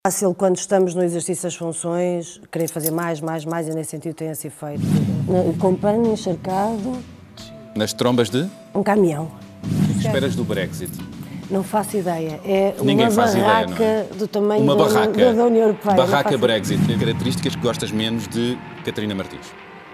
Fácil quando estamos no exercício das funções, querer fazer mais e nesse sentido tem a ser feito. Acompanho encharcado. Nas trombas de? Um caminhão. O que esperas do Brexit? Não faço ideia. É Ninguém uma faz barraca ideia, não é? do tamanho Uma barraca. da União Europeia. Barraca Brexit. Tem características que gostas menos de Catarina Martins?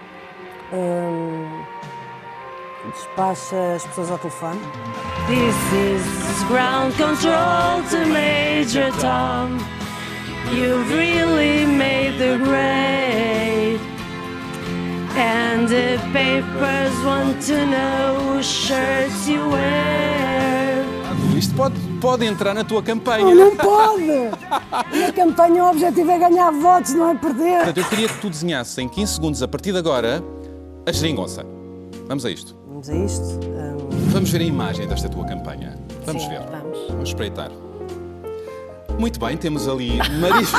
Despacha as pessoas ao telefone. This is ground control to Major Tom. You've really made the grade. And the papers want to know whose shirts you wear. Isto pode entrar na tua campanha. Não pode! Na campanha o objetivo é ganhar votos, não é perder. Portanto, eu queria que tu desenhasses em 15 segundos, a partir de agora, a geringonça. Vamos a isto. Vamos a isto. Vamos ver a imagem desta tua campanha. Vamos Sim, ver. vamos. Vamos espreitar. Muito bem, temos ali Marisa.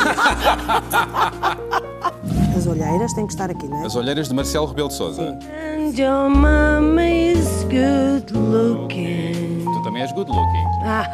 As olheiras têm que estar aqui, não é? As olheiras de Marcelo Rebelo de Sousa. And your mom is good looking. Tu também és good looking.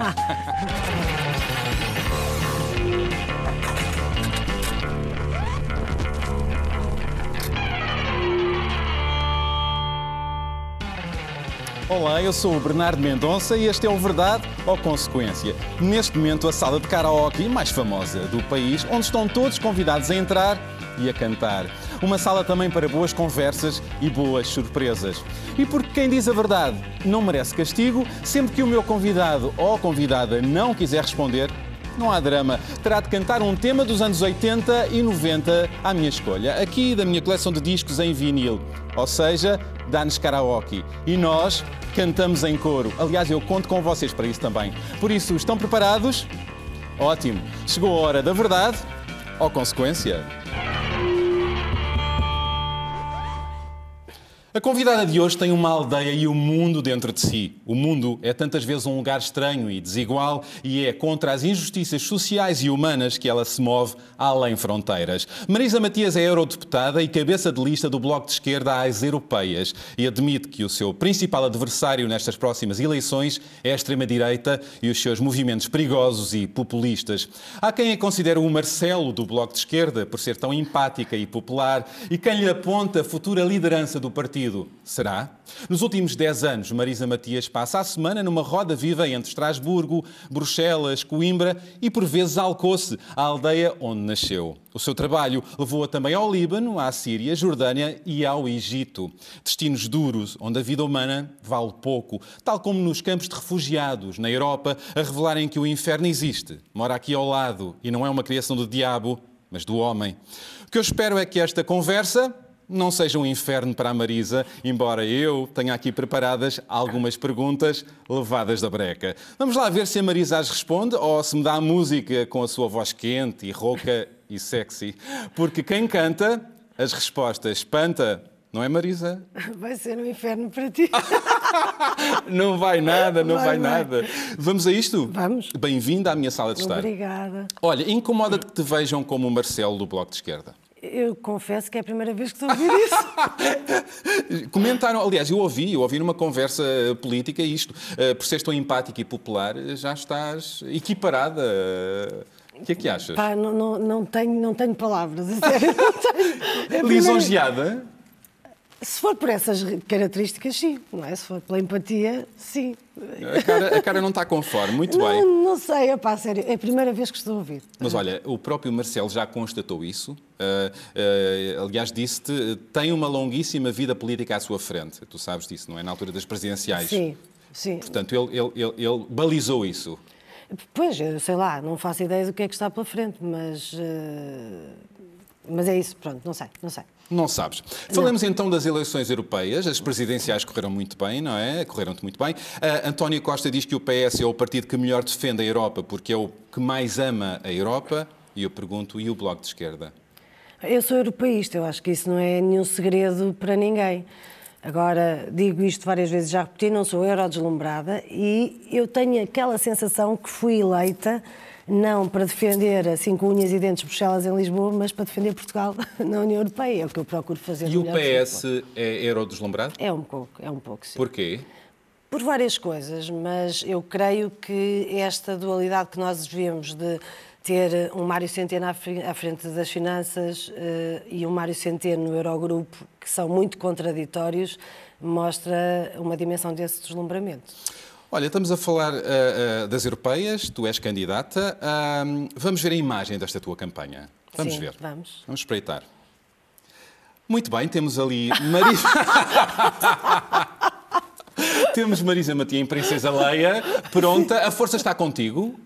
Olá, eu sou o Bernardo Mendonça e este é o Verdade ou Consequência. Neste momento, a sala de karaoke mais famosa do país, onde estão todos convidados a entrar e a cantar. Uma sala também para boas conversas e boas surpresas. E porque quem diz a verdade não merece castigo, sempre que o meu convidado ou convidada não quiser responder, não há drama. Terá de cantar um tema dos anos 80 e 90 à minha escolha, aqui da minha coleção de discos em vinil. Ou seja, dá-nos karaoke. E nós cantamos em coro. Aliás, eu conto com vocês para isso também. Por isso, estão preparados? Ótimo. Chegou a hora da verdade ou consequência. A convidada de hoje tem uma aldeia e um mundo dentro de si. O mundo é tantas vezes um lugar estranho e desigual e é contra as injustiças sociais e humanas que ela se move além fronteiras. Marisa Matias é eurodeputada e cabeça de lista do Bloco de Esquerda às europeias e admite que o seu principal adversário nestas próximas eleições é a extrema-direita e os seus movimentos perigosos e populistas. Há quem a considere o Marcelo do Bloco de Esquerda por ser tão empática e popular e quem lhe aponta a futura liderança do partido. Será? Nos últimos 10 anos, Marisa Matias passa a semana numa roda viva entre Estrasburgo, Bruxelas, Coimbra e, por vezes, Alcoce, a aldeia onde nasceu. O seu trabalho levou-a também ao Líbano, à Síria, Jordânia e ao Egito. Destinos duros, onde a vida humana vale pouco, tal como nos campos de refugiados, na Europa, a revelarem que o inferno existe, mora aqui ao lado e não é uma criação do diabo, mas do homem. O que eu espero é que esta conversa não seja um inferno para a Marisa, embora eu tenha aqui preparadas algumas perguntas levadas da breca. Vamos lá ver se a Marisa as responde ou se me dá a música com a sua voz quente e rouca e sexy. Porque quem canta, as respostas espanta, não é, Marisa? Vai ser um inferno para ti. Não vai nada, não vai nada. Vamos a isto? Vamos. Bem-vinda à minha sala de estar. Obrigada. Olha, incomoda-te que te vejam como o Marcelo do Bloco de Esquerda? Eu confesso que é a primeira vez que estou a ouvir isso. Comentaram, aliás, eu ouvi numa conversa política isto. Por seres tão empática e popular, já estás equiparada. O que é que achas? Pá, não tenho palavras, a sério, não tenho. Lisonjeada? Se for por essas características, sim. Não é? Se for pela empatia, sim. A cara não está conforme, muito bem. Não sei, pá, sério, é a primeira vez que estou a ouvir. Mas olha, o próprio Marcelo já constatou isso. Aliás, disse-te, tem uma longuíssima vida política à sua frente. Tu sabes disso, não é? Na altura das presidenciais. Sim, sim. Portanto, ele balizou isso. Pois, eu sei lá, não faço ideia do que é que está pela frente, mas é isso, pronto, não sei. Não sabes. Falemos então das eleições europeias. As presidenciais correram muito bem, não é? Correram-te muito bem. António Costa diz que o PS é o partido que melhor defende a Europa porque é o que mais ama a Europa. E eu pergunto, e o Bloco de Esquerda? Eu sou europeísta, eu acho que isso não é nenhum segredo para ninguém. Agora, digo isto várias vezes, já repeti, não sou eurodeslumbrada e eu tenho aquela sensação que fui eleita não para defender, assim, com unhas e dentes, Bruxelas em Lisboa, mas para defender Portugal na União Europeia. É o que eu procuro fazer. E o PS é eurodeslumbrado? É um pouco, sim. Porquê? Por várias coisas, mas eu creio que esta dualidade que nós vivemos de ter um Mário Centeno à frente das finanças e um Mário Centeno no Eurogrupo, que são muito contraditórios, mostra uma dimensão desse deslumbramento. Olha, estamos a falar das europeias, tu és candidata. Vamos ver a imagem desta tua campanha. Vamos Sim, ver. Vamos Espreitar. Muito bem, temos ali Marisa... Temos Marisa Matias em Princesa Leia, pronta. A força está contigo.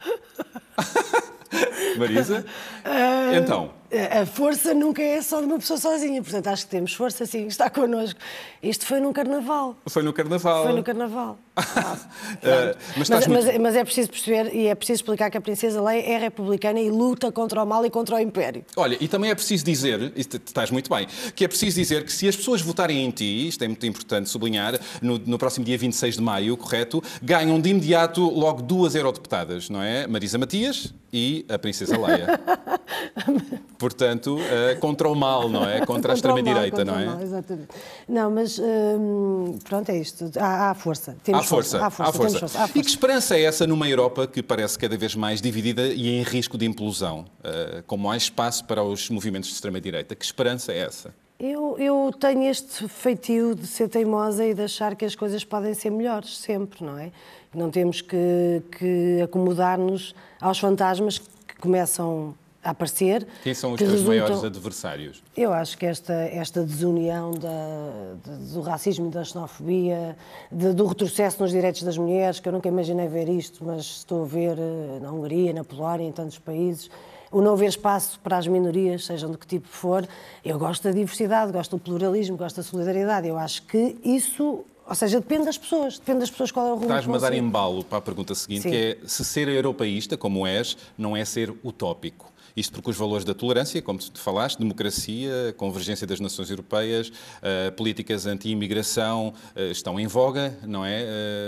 Marisa? Então... A força nunca é só de uma pessoa sozinha, portanto acho que temos força, sim, está connosco. Isto foi num carnaval. Foi no carnaval. Foi no carnaval. Muito... mas é preciso perceber e é preciso explicar que a Princesa Leia é republicana e luta contra o mal e contra o Império. Olha, e também é preciso dizer, e estás muito bem, que é preciso dizer que se as pessoas votarem em ti, isto é muito importante sublinhar, no próximo dia 26 de maio, correto, ganham de imediato logo 2 eurodeputadas, não é? Marisa Matias e a Princesa Leia. Portanto, contra o mal, não é? Contra a extrema-direita, não é? Mal, exatamente. Não, mas pronto, é isto. Há força. Há força. E que esperança é essa numa Europa que parece cada vez mais dividida e em risco de implosão, com mais espaço para os movimentos de extrema-direita? Que esperança é essa? Eu tenho este feitio de ser teimosa e de achar que as coisas podem ser melhores, sempre, não é? Não temos que acomodar-nos aos fantasmas que começam a aparecer. Quem são os teus maiores adversários? Eu acho que esta desunião do racismo e da xenofobia, do retrocesso nos direitos das mulheres, que eu nunca imaginei ver isto, mas estou a ver na Hungria, na Polónia, em tantos países, o não haver espaço para as minorias, sejam de que tipo for. Eu gosto da diversidade, gosto do pluralismo, gosto da solidariedade. Eu acho que isso... Ou seja, depende das pessoas qual é o rumo. Estás-me a dar embalo para a pergunta seguinte, Sim. que é se ser europeísta, como és, não é ser utópico. Isto porque os valores da tolerância, como tu falaste, democracia, convergência das nações europeias, políticas anti-imigração estão em voga, não é?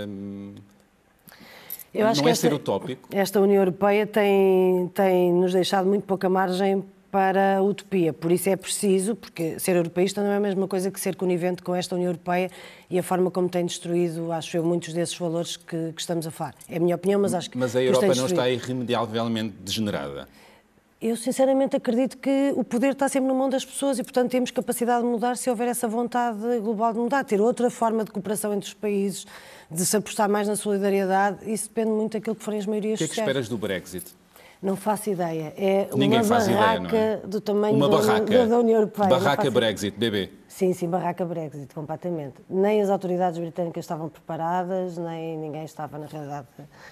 Eu acho não que é ser utópico. Esta União Europeia tem nos deixado muito pouca margem para a utopia. Por isso é preciso, porque ser europeísta não é a mesma coisa que ser conivente com esta União Europeia e a forma como tem destruído, acho eu, muitos desses valores que estamos a falar. É a minha opinião, mas acho que... Mas a Europa não está irremediavelmente degenerada. Eu, sinceramente, acredito que o poder está sempre na mão das pessoas e, portanto, temos capacidade de mudar se houver essa vontade global de mudar. Ter outra forma de cooperação entre os países, de se apostar mais na solidariedade, isso depende muito daquilo que forem as maiorias sociais. O que é que esperas do Brexit? Não faço ideia. É Ninguém uma faz barraca ideia, não é? do tamanho uma barraca. da União Europeia. Barraca Brexit, bebê. Sim, barraca Brexit, completamente. Nem as autoridades britânicas estavam preparadas, nem ninguém estava, na realidade,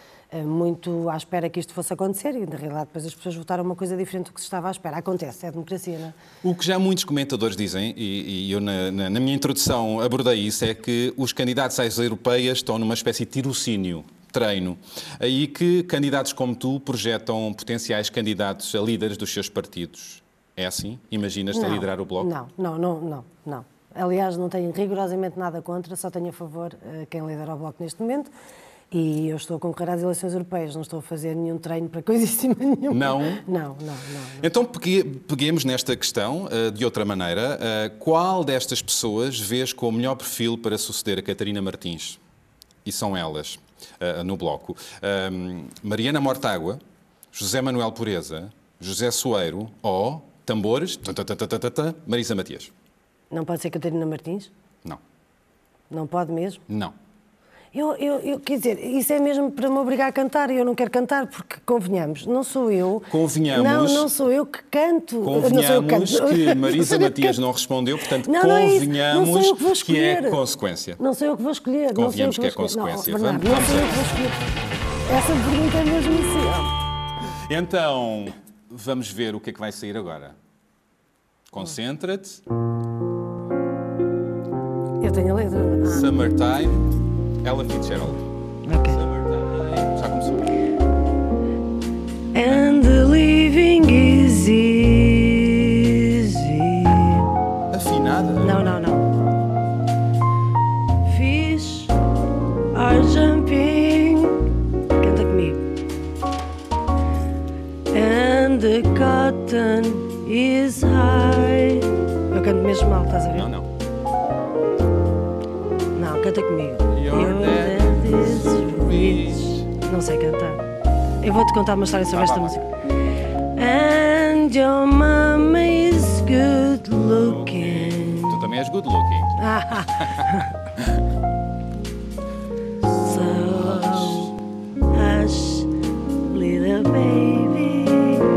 muito à espera que isto fosse acontecer e, na realidade, depois as pessoas votaram uma coisa diferente do que se estava à espera. Acontece, é a democracia, não é? O que já muitos comentadores dizem, e eu na minha introdução abordei isso, é que os candidatos às europeias estão numa espécie de tirocínio, treino, e que candidatos como tu projetam potenciais candidatos a líderes dos seus partidos. É assim? Imaginas-te a liderar o Bloco? Não. Aliás, não tenho rigorosamente nada contra, só tenho a favor quem lidera o Bloco neste momento. E eu estou a concorrer às eleições europeias, não estou a fazer nenhum treino para coisíssima nenhuma. Não? Não. Então peguemos nesta questão de outra maneira. Qual destas pessoas vês com o melhor perfil para suceder a Catarina Martins? E são elas, no Bloco. Mariana Mortágua, José Manuel Pureza, José Soeiro ou, tambores, Marisa Matias. Não pode ser Catarina Martins? Não. Não pode mesmo? Não. Eu quer dizer, isso é mesmo para me obrigar a cantar e eu não quero cantar porque, convenhamos, não sou eu... Convenhamos... Não sou eu que canto. Convenhamos que Marisa Matias não respondeu, portanto, convenhamos que é consequência. Não sou eu que vou escolher. Convenhamos que é consequência. Não sou eu que vou escolher. Essa pergunta é mesmo assim. Então, vamos ver o que é que vai sair agora. Concentra-te. Eu tenho a letra. Summertime. Ella Fitzgerald. Ok. Summertime. Já começou. And the living is easy. Afinada? Não. Fish are jumping. Canta comigo. And the cotton is high. Eu canto mesmo mal, estás a ver? Não. Não, canta comigo. Your dad is rich. Não sei cantar. Eu vou-te contar uma história sobre esta Vá. música. And your mama is good looking. Tu também és good looking. So hush, little baby.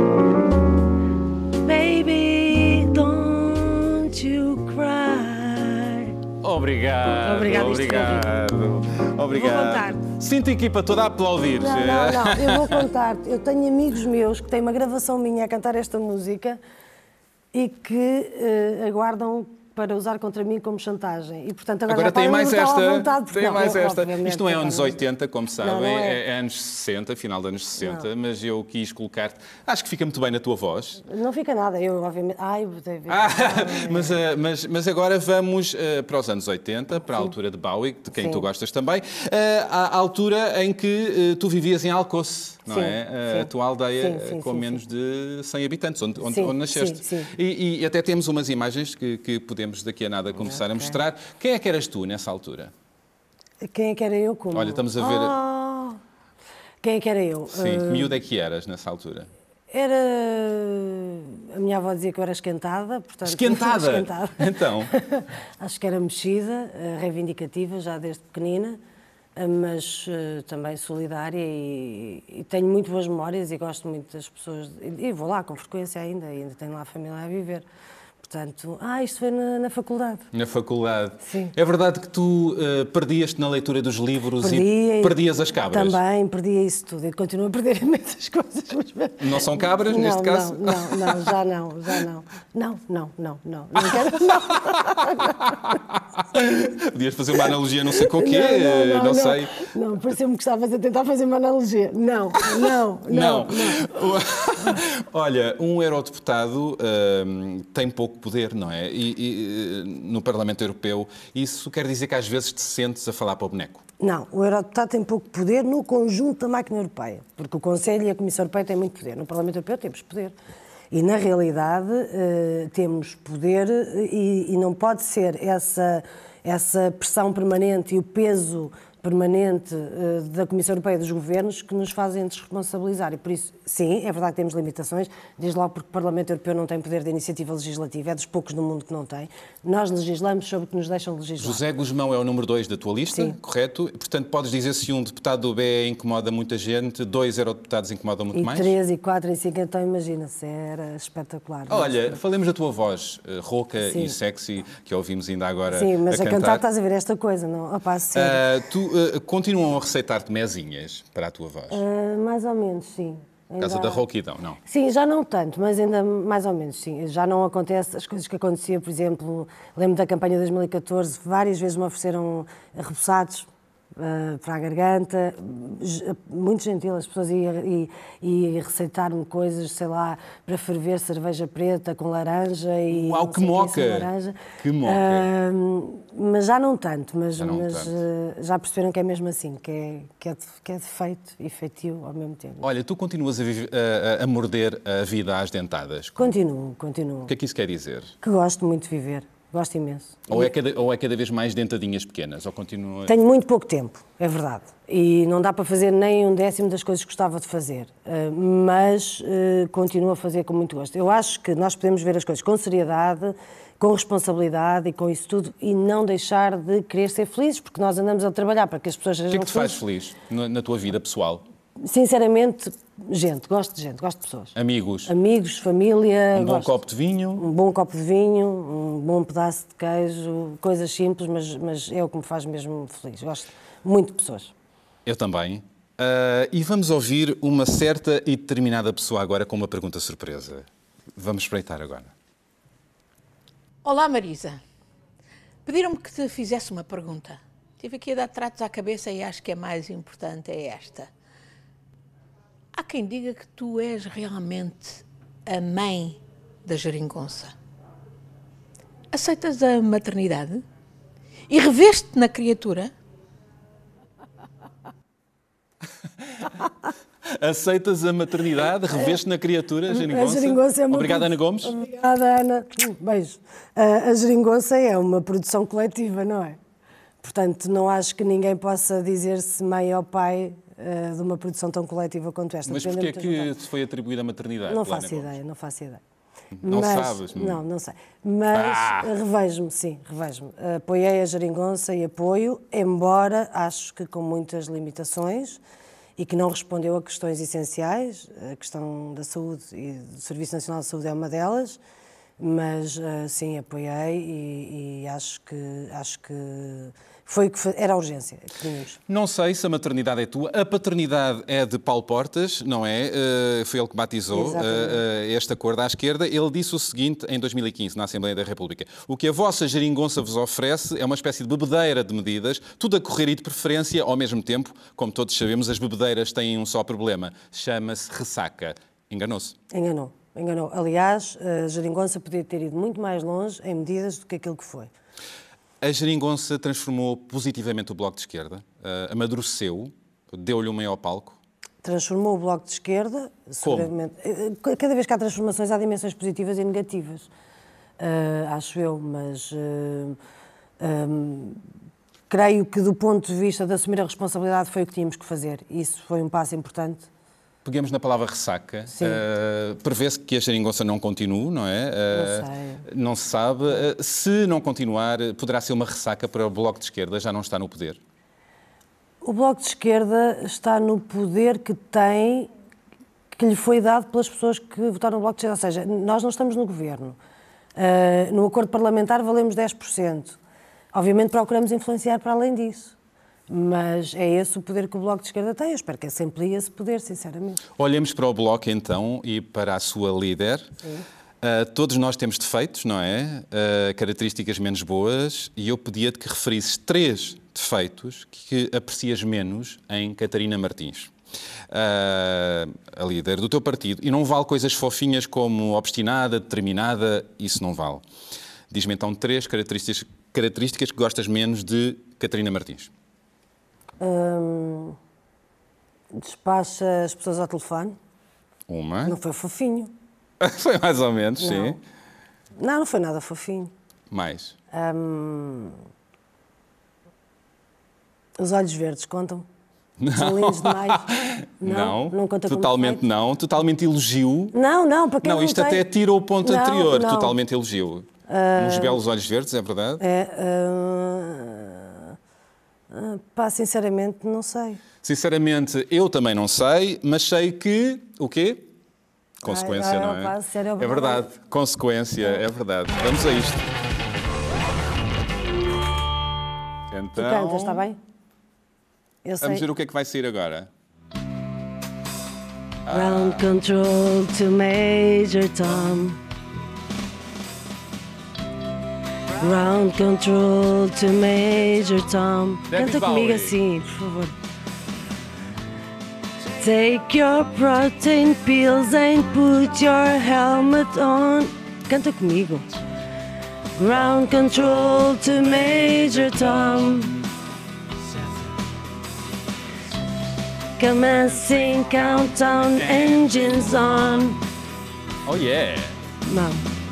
Baby, don't you cry. Obrigado. Obrigado, Obrigado. Sinto a equipa toda a aplaudir. Não, eu vou contar-te. Eu tenho amigos meus que têm uma gravação minha a cantar esta música e que aguardam para usar contra mim como chantagem. E, portanto, agora tem mais esta. Vontade, Tem mais esta. Isto não é obviamente, anos 80, como sabem, não é anos 60, final dos anos 60, mas eu quis colocar-te. Acho que fica muito bem na tua voz. Não fica nada, eu obviamente. Mas agora vamos para os anos 80, para a altura de Bowie, de quem tu gostas também, a altura em que tu vivias em Alcoce, não é? A tua aldeia com menos de 100 habitantes, onde nasceste. Sim. E até temos umas imagens que podemos daqui a nada começar a mostrar. Quem é que eras tu nessa altura? Quem é que era eu? Como? Olha, estamos a ver... Quem é que era eu? Sim, que miúda é que eras nessa altura? Era... A minha avó dizia que eu era esquentada, portanto... Esquentada? Então? Acho que era mexida, reivindicativa, já desde pequenina, mas também solidária e tenho muito boas memórias e gosto muito das pessoas. E vou lá com frequência ainda tenho lá a família a viver. Portanto, isto foi na faculdade. Na faculdade. Sim. É verdade que tu perdias-te na leitura dos livros e perdias as cabras? Também, perdia isso tudo. E continuo a perder imensas coisas. Não são cabras, neste caso? Não, já não. Não quero, não. Podias fazer uma analogia não sei com o quê, não sei. Não, pareceu-me que estavas a tentar fazer uma analogia. Não. Olha, um eurodeputado tem pouco poder, não é? E no Parlamento Europeu, isso quer dizer que às vezes te sentes a falar para o boneco? Não, o eurodeputado tem pouco poder no conjunto da máquina europeia, porque o Conselho e a Comissão Europeia têm muito poder. No Parlamento Europeu temos poder. E, na realidade, temos poder e não pode ser essa pressão permanente e o peso permanente da Comissão Europeia e dos governos que nos fazem desresponsabilizar. E por isso, sim, é verdade que temos limitações, desde logo porque o Parlamento Europeu não tem poder de iniciativa legislativa, é dos poucos no mundo que não tem. Nós legislamos sobre o que nos deixam legislar. José Guzmão é o número 2 da tua lista, sim. Correto? Portanto, podes dizer se um deputado do BE incomoda muita gente, 2 eurodeputados incomodam muito mais? 3, e 4, e 5, então imagina-se, era espetacular. Olha, falemos da tua voz rouca e sexy, que ouvimos ainda agora. Sim, mas a cantar, estás a ver esta coisa, não? Opa, sério. Continuam a receitar-te mesinhas para a tua voz? Mais ou menos, sim. Por causa da rouquidão, não? Sim, já não tanto, mas ainda mais ou menos, sim. Já não acontece as coisas que acontecia, por exemplo, lembro da campanha de 2014, várias vezes me ofereceram repousados para a garganta, muito gentil, as pessoas iam receitar-me coisas, sei lá, para ferver cerveja preta com laranja e... Uau, que moca! Que moca! Mas já não tanto, mas tanto. Já perceberam que é mesmo assim, que é defeito e feitio ao mesmo tempo. Olha, tu continuas a morder a vida às dentadas? Continuo. O que é que isso quer dizer? Que gosto muito de viver. Gosto imenso. Ou é cada vez mais dentadinhas pequenas? Ou continua... Tenho muito pouco tempo, é verdade. E não dá para fazer nem 1/10 das coisas que gostava de fazer. Mas continuo a fazer com muito gosto. Eu acho que nós podemos ver as coisas com seriedade, com responsabilidade e com isso tudo e não deixar de querer ser felizes, porque nós andamos a trabalhar para que as pessoas sejam felizes. O que é que te faz feliz na tua vida pessoal? Sinceramente, gosto de pessoas. Amigos, família. Um bom copo de vinho. Um bom copo de vinho, um bom pedaço de queijo, coisas simples, mas é o que me faz mesmo feliz. Gosto muito de pessoas. Eu também. E vamos ouvir uma certa e determinada pessoa agora com uma pergunta surpresa. Vamos espreitar agora. Olá, Marisa. Pediram-me que te fizesse uma pergunta. Estive aqui a dar tratos à cabeça e acho que a mais importante é esta. Há quem diga que tu és realmente a mãe da geringonça. Aceitas a maternidade? E reveste-te na criatura? Aceitas a maternidade? Reveste na criatura, geringonça? A geringonça é uma... Obrigada, Ana Gomes. Obrigada, Ana. Beijo. A geringonça é uma produção coletiva, não é? Portanto, não acho que ninguém possa dizer-se mãe ou pai de uma produção tão coletiva quanto esta. Mas Depende porquê é de muitas que vantagens. te foi atribuída a maternidade? Não Helena faço Gomes? ideia, não faço ideia. Não sabes? Não sei. Mas revejo-me, sim, revejo-me. Apoiei a Geringonça e apoio, embora acho que com muitas limitações e que não respondeu a questões essenciais. A questão da saúde e do Serviço Nacional de Saúde é uma delas, mas sim, apoiei e acho que foi o que era a urgência que tínhamos. Não sei se a maternidade é tua. A paternidade é de Paulo Portas, não é? Foi ele que batizou este acordo à esquerda. Ele disse o seguinte em 2015, na Assembleia da República. O que a vossa geringonça vos oferece é uma espécie de bebedeira de medidas, tudo a correr e de preferência ao mesmo tempo. Como todos sabemos, as bebedeiras têm um só problema. Chama-se ressaca. Enganou-se. Enganou. Aliás, a Geringonça podia ter ido muito mais longe em medidas do que aquilo que foi. A Geringonça transformou positivamente o Bloco de Esquerda, amadureceu, deu-lhe um maior palco. Transformou o Bloco de Esquerda, seguramente. Cada vez que há transformações há dimensões positivas e negativas, acho eu, mas creio que do ponto de vista de assumir a responsabilidade foi o que tínhamos que fazer. Isso foi um passo importante. Peguemos na palavra ressaca. Prevê-se que a Geringonça não continue, não é? Não sei. Não se sabe. Se não continuar, poderá ser uma ressaca para o Bloco de Esquerda, já não está no poder? O Bloco de Esquerda está no poder que tem, que lhe foi dado pelas pessoas que votaram no Bloco de Esquerda. Ou seja, nós não estamos no governo. No acordo parlamentar valemos 10%. Obviamente procuramos influenciar para além disso. Mas é esse o poder que o Bloco de Esquerda tem. Eu espero que se amplie esse poder, sinceramente. Olhemos para o Bloco, então, e para a sua líder. Todos nós temos defeitos, não é? Características menos boas. E eu pedia-te que referisses 3 defeitos que aprecias menos em Catarina Martins, a líder do teu partido. E não vale coisas fofinhas como obstinada, determinada, isso não vale. Diz-me então 3 características que gostas menos de Catarina Martins. Despacha as pessoas ao telefone. Uma. Não foi fofinho. Foi mais ou menos, Não. sim. Não foi nada fofinho. Mais. Os olhos verdes contam? São lindos demais? Não, Não conta como totalmente defeito? não. Totalmente elogio. Não, para quem não Não, isto tem... até tira o ponto Não, anterior. não. Totalmente elogio. Uns belos olhos verdes, é verdade? Pá, sinceramente, não sei. Sinceramente, eu também não sei, mas sei que... O quê? Consequência, não é? Pá, sério, É verdade. Consequência, é verdade. Vamos a isto. Tu Então... cantas, está bem? Eu sei. Vamos ver o que é que vai sair agora. Ground control to Major Tom. Ground control to Major Tom. David Canta comigo Bowie. assim, por favor. Take your protein pills and put your helmet on. Canta comigo. Ground control to Major Tom. Commencing countdown, engines on. Oh, yeah! Não.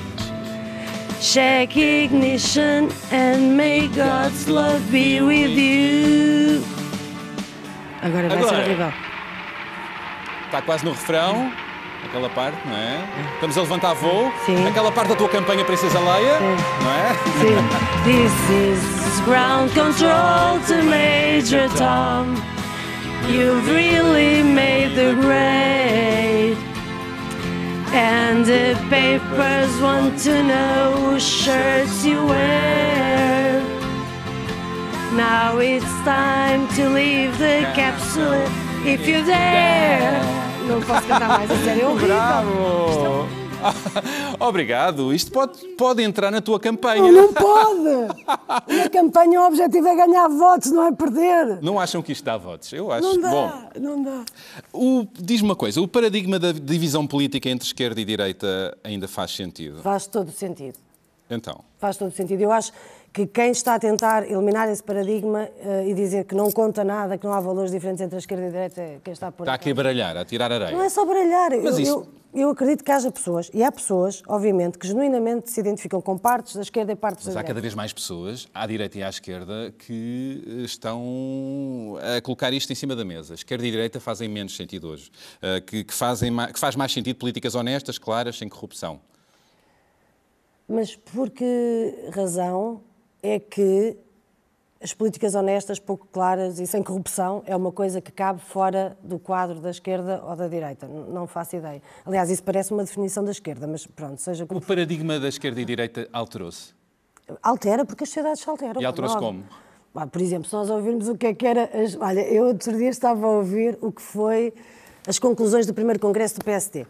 Check ignition and may God's love be with you. Agora vai ser Agora. horrível. Está quase no refrão, aquela parte, não é? Estamos a levantar voo. Sim. Aquela parte da tua campanha Princesa Leia, não é? Sim. This is ground control to Major Tom. You've really made the grade. And the papers want to know whose shirts you wear. Now it's time to leave the capsule if you dare. Não posso cantar mais, a sério, é horrível. Bravo! Obrigado. Isto pode entrar na tua campanha. Não pode! Na campanha o objetivo é ganhar votos, não é perder. Não acham que isto dá votos? Eu acho. Não dá, Bom, não dá. diz-me uma coisa. O paradigma da divisão política entre esquerda e direita ainda faz sentido? Faz todo sentido. Então, Faz todo sentido. Eu acho que quem está a tentar eliminar esse paradigma e dizer que não conta nada, que não há valores diferentes entre a esquerda e a direita, é quem está a pôr... está aqui a baralhar, a tirar areia. Não é só baralhar. Mas isso Eu acredito que haja pessoas, e há pessoas, obviamente, que genuinamente se identificam com partes da esquerda e partes da Mas há direita. cada vez mais pessoas, à direita e à esquerda, que estão a colocar isto em cima da mesa. Esquerda e direita fazem menos sentido hoje. Que faz mais sentido políticas honestas, claras, sem corrupção. Mas por que razão é que as políticas honestas, pouco claras e sem corrupção é uma coisa que cabe fora do quadro da esquerda ou da direita? Não faço ideia. Aliás, isso parece uma definição da esquerda, mas pronto, seja como O paradigma da esquerda e direita alterou-se. altera, porque as sociedades se alteram. E alterou-se como? Por exemplo, se nós ouvirmos o que era... Olha, eu outro dia estava a ouvir o que foi as conclusões do primeiro congresso do PSD.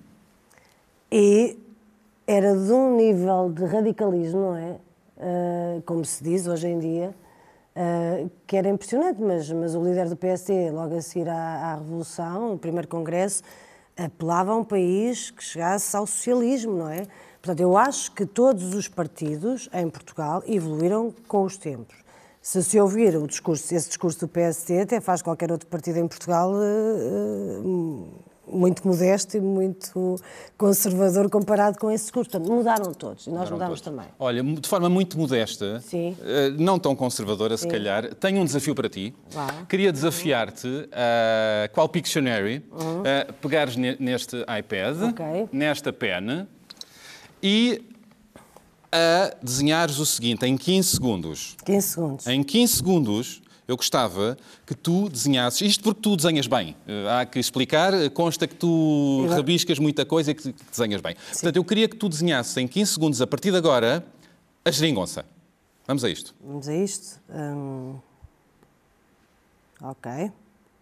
E era de um nível de radicalismo, não é? Como se diz hoje em dia, que era impressionante, mas o líder do PSD, logo a seguir à Revolução, o primeiro congresso, apelava a um país que chegasse ao socialismo, não é? Portanto, eu acho que todos os partidos em Portugal evoluíram com os tempos. Se ouvir esse discurso do PSD, até faz qualquer outro partido em Portugal muito modesto e muito conservador comparado com esse discurso. Portanto, mudaram todos e nós mudámos também. Olha, de forma muito modesta, Sim. Não tão conservadora, se calhar, tenho um desafio para ti. Vá. Queria desafiar-te, qual Pictionary, a pegares neste iPad, Ok. nesta pen, e a desenhares o seguinte, em 15 segundos. 15 segundos. Em 15 segundos, eu gostava que tu desenhasses... Isto porque tu desenhas bem. Há que explicar. Consta que tu rabiscas muita coisa e que desenhas bem. Sim. Portanto, eu queria que tu desenhasses em 15 segundos, a partir de agora, a geringonça. Vamos a isto. Vamos a isto. Ok.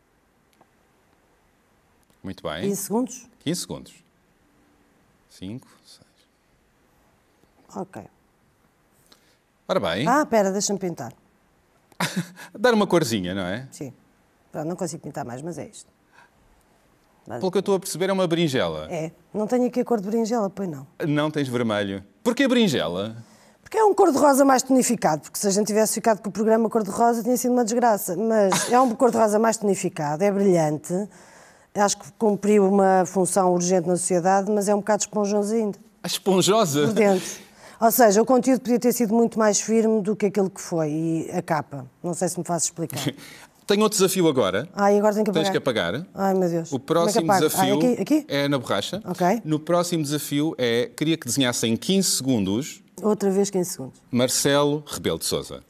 Muito bem. 15 segundos? 15 segundos. 5, 6... Ok. Ora bem. Espera, deixa-me pintar. Dar uma corzinha, não é? Sim. Pronto, não consigo pintar mais, mas é isto. Pelo que eu estou a perceber, é uma berinjela. É. Não tenho aqui a cor de berinjela, pois não. Não tens vermelho. Porquê berinjela? Porque é um cor-de-rosa mais tonificado, porque se a gente tivesse ficado com o programa cor-de-rosa tinha sido uma desgraça. Mas é um cor-de-rosa mais tonificado, é brilhante. Acho que cumpriu uma função urgente na sociedade, mas é um bocado esponjoso ainda. Esponjosa? Por dentro. Ou seja, o conteúdo podia ter sido muito mais firme do que aquilo que foi. E a capa. Não sei se me fazes explicar. Tenho outro desafio agora. E agora tenho que apagar. Tens que apagar. Ai, meu Deus. O próximo desafio aqui? é na borracha. Ok. No próximo desafio queria que desenhasse em 15 segundos Outra vez 15 segundos. Marcelo Rebelo de Sousa.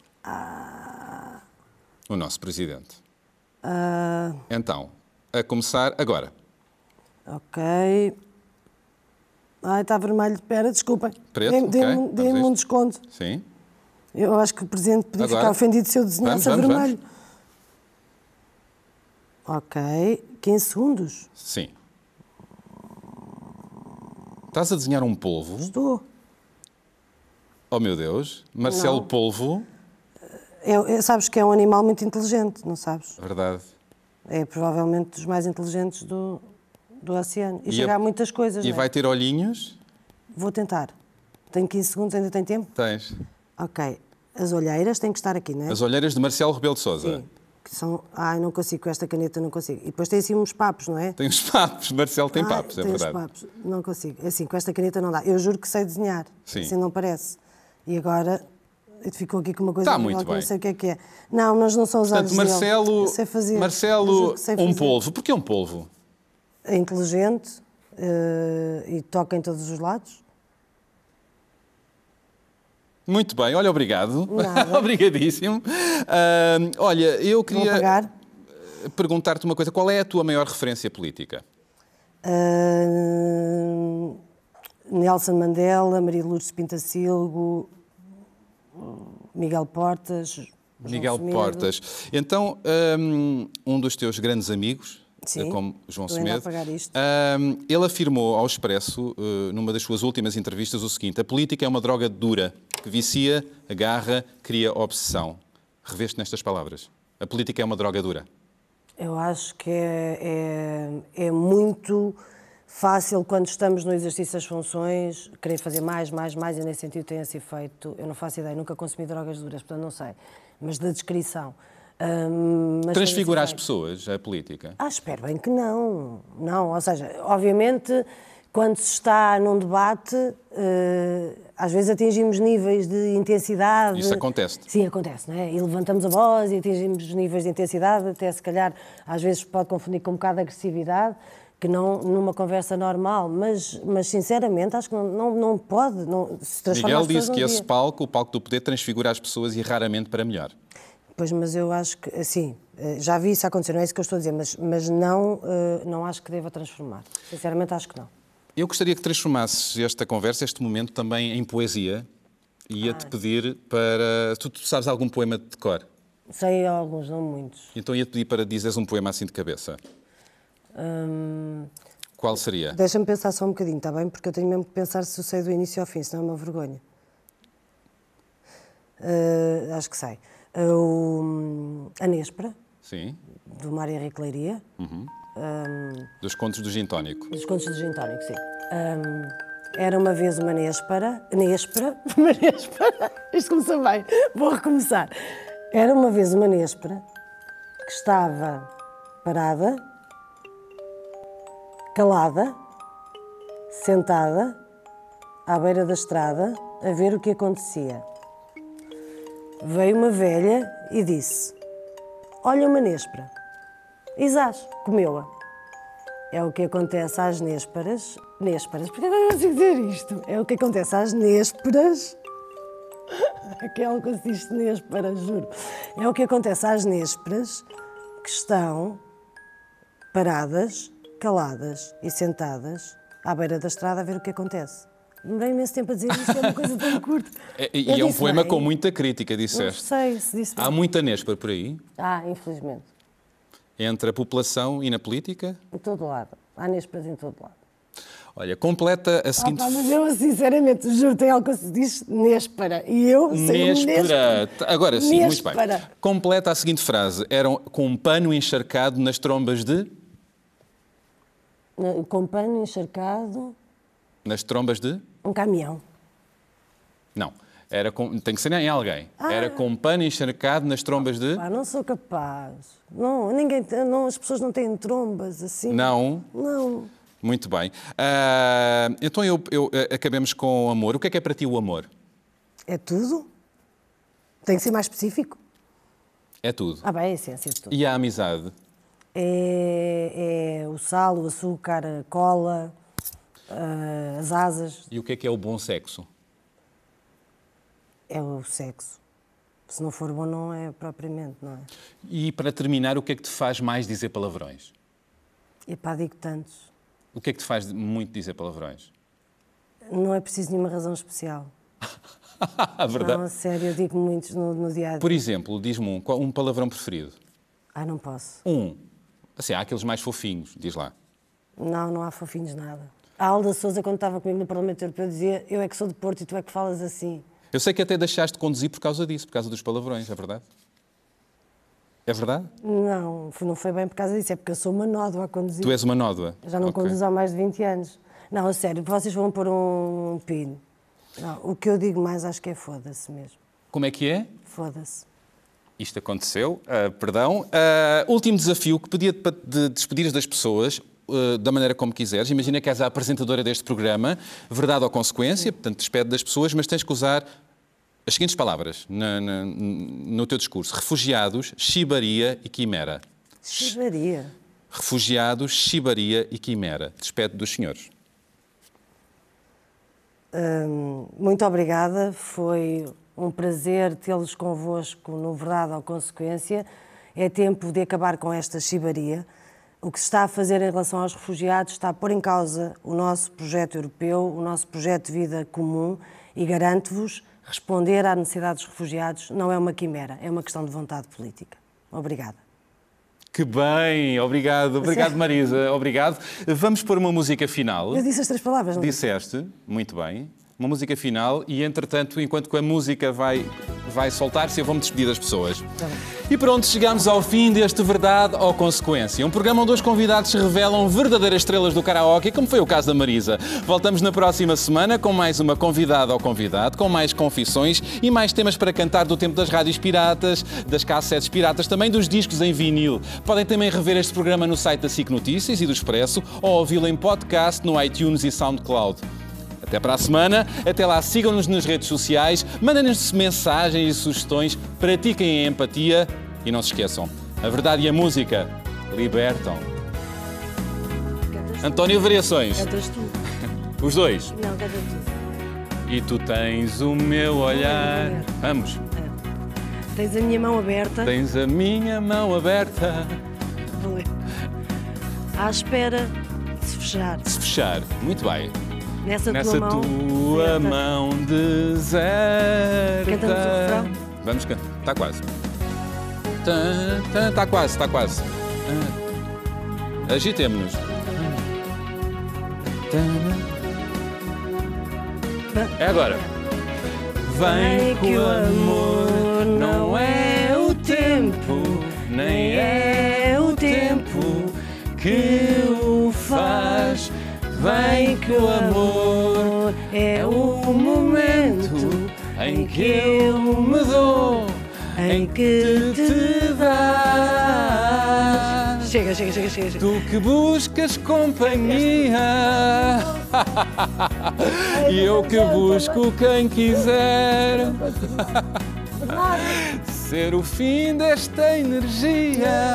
O nosso presidente. Então, a começar agora. Ok. Está vermelho. Espera, desculpem. Preto, Dê-me um desconto. Sim. Eu acho que o Presidente podia Agora? ficar ofendido se eu desenhasse a vermelho. Ok. 15 segundos. Sim. Estás a desenhar um polvo. Estou. Oh, meu Deus. Marcelo Não. Polvo. Sabes que é um animal muito inteligente, não sabes? Verdade. É provavelmente dos mais inteligentes do oceano. E chega a a muitas coisas, E não é? vai ter olhinhos? Vou tentar. Tenho 15 segundos, ainda tem tempo? Tens. Ok. As olheiras têm que estar aqui, não é? As olheiras de Marcelo Rebelo de Sousa. Sim. Que são... não consigo, com esta caneta não consigo. E depois tem assim uns papos, não é? Tem os papos. Marcelo tem papos, é tem verdade. Os papos. Não consigo. Assim, com esta caneta não dá. Eu juro que sei desenhar. Sim. Assim não parece. E agora ficou aqui com uma coisa Está muito que bem. não sei o que é. Não, mas não são os olhos Portanto, dele. Marcelo, Eu sei fazer. Eu Marcelo juro que sei um fazer. polvo. Porquê um polvo? É inteligente e toca em todos os lados. Muito bem, olha, obrigado. Nada. Obrigadíssimo. Olha, eu Vou queria apagar. perguntar-te uma coisa. Qual é a tua maior referência política? Nelson Mandela, Maria Lourdes Pintacilgo, Miguel Portas, João Miguel Semedo. Portas. Então, um dos teus grandes amigos, Sim, como João estou ainda a Semedo, apagar isto. ele afirmou ao Expresso, numa das suas últimas entrevistas, o seguinte: a política é uma droga dura, que vicia, agarra, cria obsessão. Reveste nestas palavras. A política é uma droga dura. Eu acho que é muito fácil, quando estamos no exercício das funções, querer fazer mais, e nesse sentido tem-se feito. Eu não faço ideia, nunca consumi drogas duras, portanto não sei. Mas da descrição. Mas Transfigurar as tem-se feito. pessoas, a política. Espero bem que não. Não, ou seja, obviamente quando se está num debate, às vezes atingimos níveis de intensidade. Isso acontece? Sim, acontece, não é? E levantamos a voz e atingimos níveis de intensidade, até se calhar às vezes pode confundir com um bocado de agressividade, que não numa conversa normal, mas sinceramente acho que não pode se transformar. Miguel disse que esse palco, o palco do poder, transfigura as pessoas e raramente para melhor. Pois, mas eu acho que, assim, já vi isso acontecer, não é isso que eu estou a dizer, mas não acho que deva transformar. Sinceramente acho que não. Eu gostaria que transformasses esta conversa, este momento, também em poesia. E ia-te pedir para... Tu sabes algum poema de cor? Sei alguns, não muitos. Então ia-te pedir para dizeres um poema assim de cabeça. Qual seria? Deixa-me pensar só um bocadinho, está bem? Porque eu tenho mesmo que pensar se eu sei do início ao fim, senão é uma vergonha. Acho que sei. A Néspera, Sim. do Mário Henrique Leiria. Dos Contos do Gin Tónico. Dos Contos do Gin Tónico, sim. Era uma vez uma Néspera. Uma Néspera. Isto começou bem. Vou recomeçar. Era uma vez uma Néspera que estava parada, calada, sentada, à beira da estrada, a ver o que acontecia. Veio uma velha e disse: olha uma néspera. E zás, comeu-a. É o que acontece às nésperas. Nésperas? Porquê não consigo dizer isto? É o que acontece às nésperas. Aquela coisa diz néspera, juro. É o que acontece às nésperas que estão paradas, caladas e sentadas à beira da estrada a ver o que acontece. Demorei imenso tempo a dizer isto, é uma coisa tão curta. E é um poema com muita crítica, disseste. Não sei se disse bem. Há muita néspera por aí? Infelizmente. Entre a população e na política? Em todo lado. Há nésperas em todo lado. Olha, completa a seguinte... Mas eu, sinceramente, juro, tem algo que se diz néspera. E eu sei néspera. Agora sim, néspera. Muito bem. Completa a seguinte frase. Eram com um pano encharcado nas trombas de... Com pano encharcado... Nas trombas de... Um caminhão. Não. Tem que ser em alguém. Era com um pano encharcado nas trombas de... Não sou capaz. Não, as pessoas não têm trombas assim. Não? Não. Muito bem. Então acabemos com amor. O que é para ti o amor? É tudo? Tem que ser mais específico? É tudo. É a essência de tudo. E a amizade? É o sal, o açúcar, a cola, as asas. E o que é o bom sexo? É o sexo. Se não for bom, não é propriamente, não é? E para terminar, o que é que te faz mais dizer palavrões? Digo tantos. O que é que te faz muito dizer palavrões? Não é preciso nenhuma razão especial. Verdade? Não, a sério, eu digo muitos no dia a dia. Por exemplo, diz-me um palavrão preferido. Não posso. Assim, há aqueles mais fofinhos, diz lá. Não há fofinhos nada. A Alda Sousa, quando estava comigo no Parlamento Europeu, dizia: eu é que sou de Porto e tu é que falas assim. Eu sei que até deixaste de conduzir por causa disso, por causa dos palavrões, é verdade? É verdade? Não foi bem por causa disso, é porque eu sou uma nódoa a conduzir. Tu és uma nódoa? Já não conduzo há mais de 20 anos. Não, a sério, vocês vão pôr um pino. Não, o que eu digo mais acho que é foda-se mesmo. Como é que é? Foda-se. Isto aconteceu, perdão. Último desafio, que pedia-te para te despedires das pessoas, da maneira como quiseres. Imagina que és a apresentadora deste programa, verdade ou consequência, portanto, despede das pessoas, mas tens que usar as seguintes palavras no teu discurso. Refugiados, chibaria e quimera. Chibaria? Refugiados, chibaria e quimera. Despede dos senhores. Muito obrigada. Foi um prazer tê-los convosco no Verdade ou Consequência. É tempo de acabar com esta chibaria. O que se está a fazer em relação aos refugiados está a pôr em causa o nosso projeto europeu, o nosso projeto de vida comum, e garanto-vos, responder à necessidade dos refugiados não é uma quimera, é uma questão de vontade política. Obrigada. Que bem, obrigado Marisa, obrigado. Vamos pôr uma música final. Eu disse as 3 palavras, não? Disseste, muito bem. Uma música final e, entretanto, enquanto que a música vai vai soltar-se e eu vou-me despedir das pessoas. E pronto, chegamos ao fim deste Verdade ou Consequência. Um programa onde os convidados se revelam verdadeiras estrelas do karaoke, como foi o caso da Marisa. Voltamos na próxima semana com mais uma convidada ou convidado, com mais confissões e mais temas para cantar do tempo das rádios piratas, das cassetes piratas, também dos discos em vinil. Podem também rever este programa no site da SIC Notícias e do Expresso ou ouvi-lo em podcast no iTunes e SoundCloud. Até para a semana. Até lá, sigam-nos nas redes sociais, mandem-nos mensagens e sugestões, pratiquem a empatia e não se esqueçam, a verdade e a música libertam. António Variações. Cantas tu. Os dois. Não, cantas tu. E tu tens o meu olhar. Vamos. Tens a minha mão aberta. Tens a minha mão aberta. Valeu. À espera de se fechar. De se fechar. Muito bem. Nessa Nessa tua mão deserta. Cantamos o refrão? Vamos cantar. Está quase. Está quase, está quase. Agitemo-nos. É agora. Vem que o amor não é o tempo, nem é o tempo que o faz. Vem que o amor é o momento em que eu me dou, em que te dás. Chega. Tu que buscas companhia e eu que busco quem quiser ser o fim desta energia.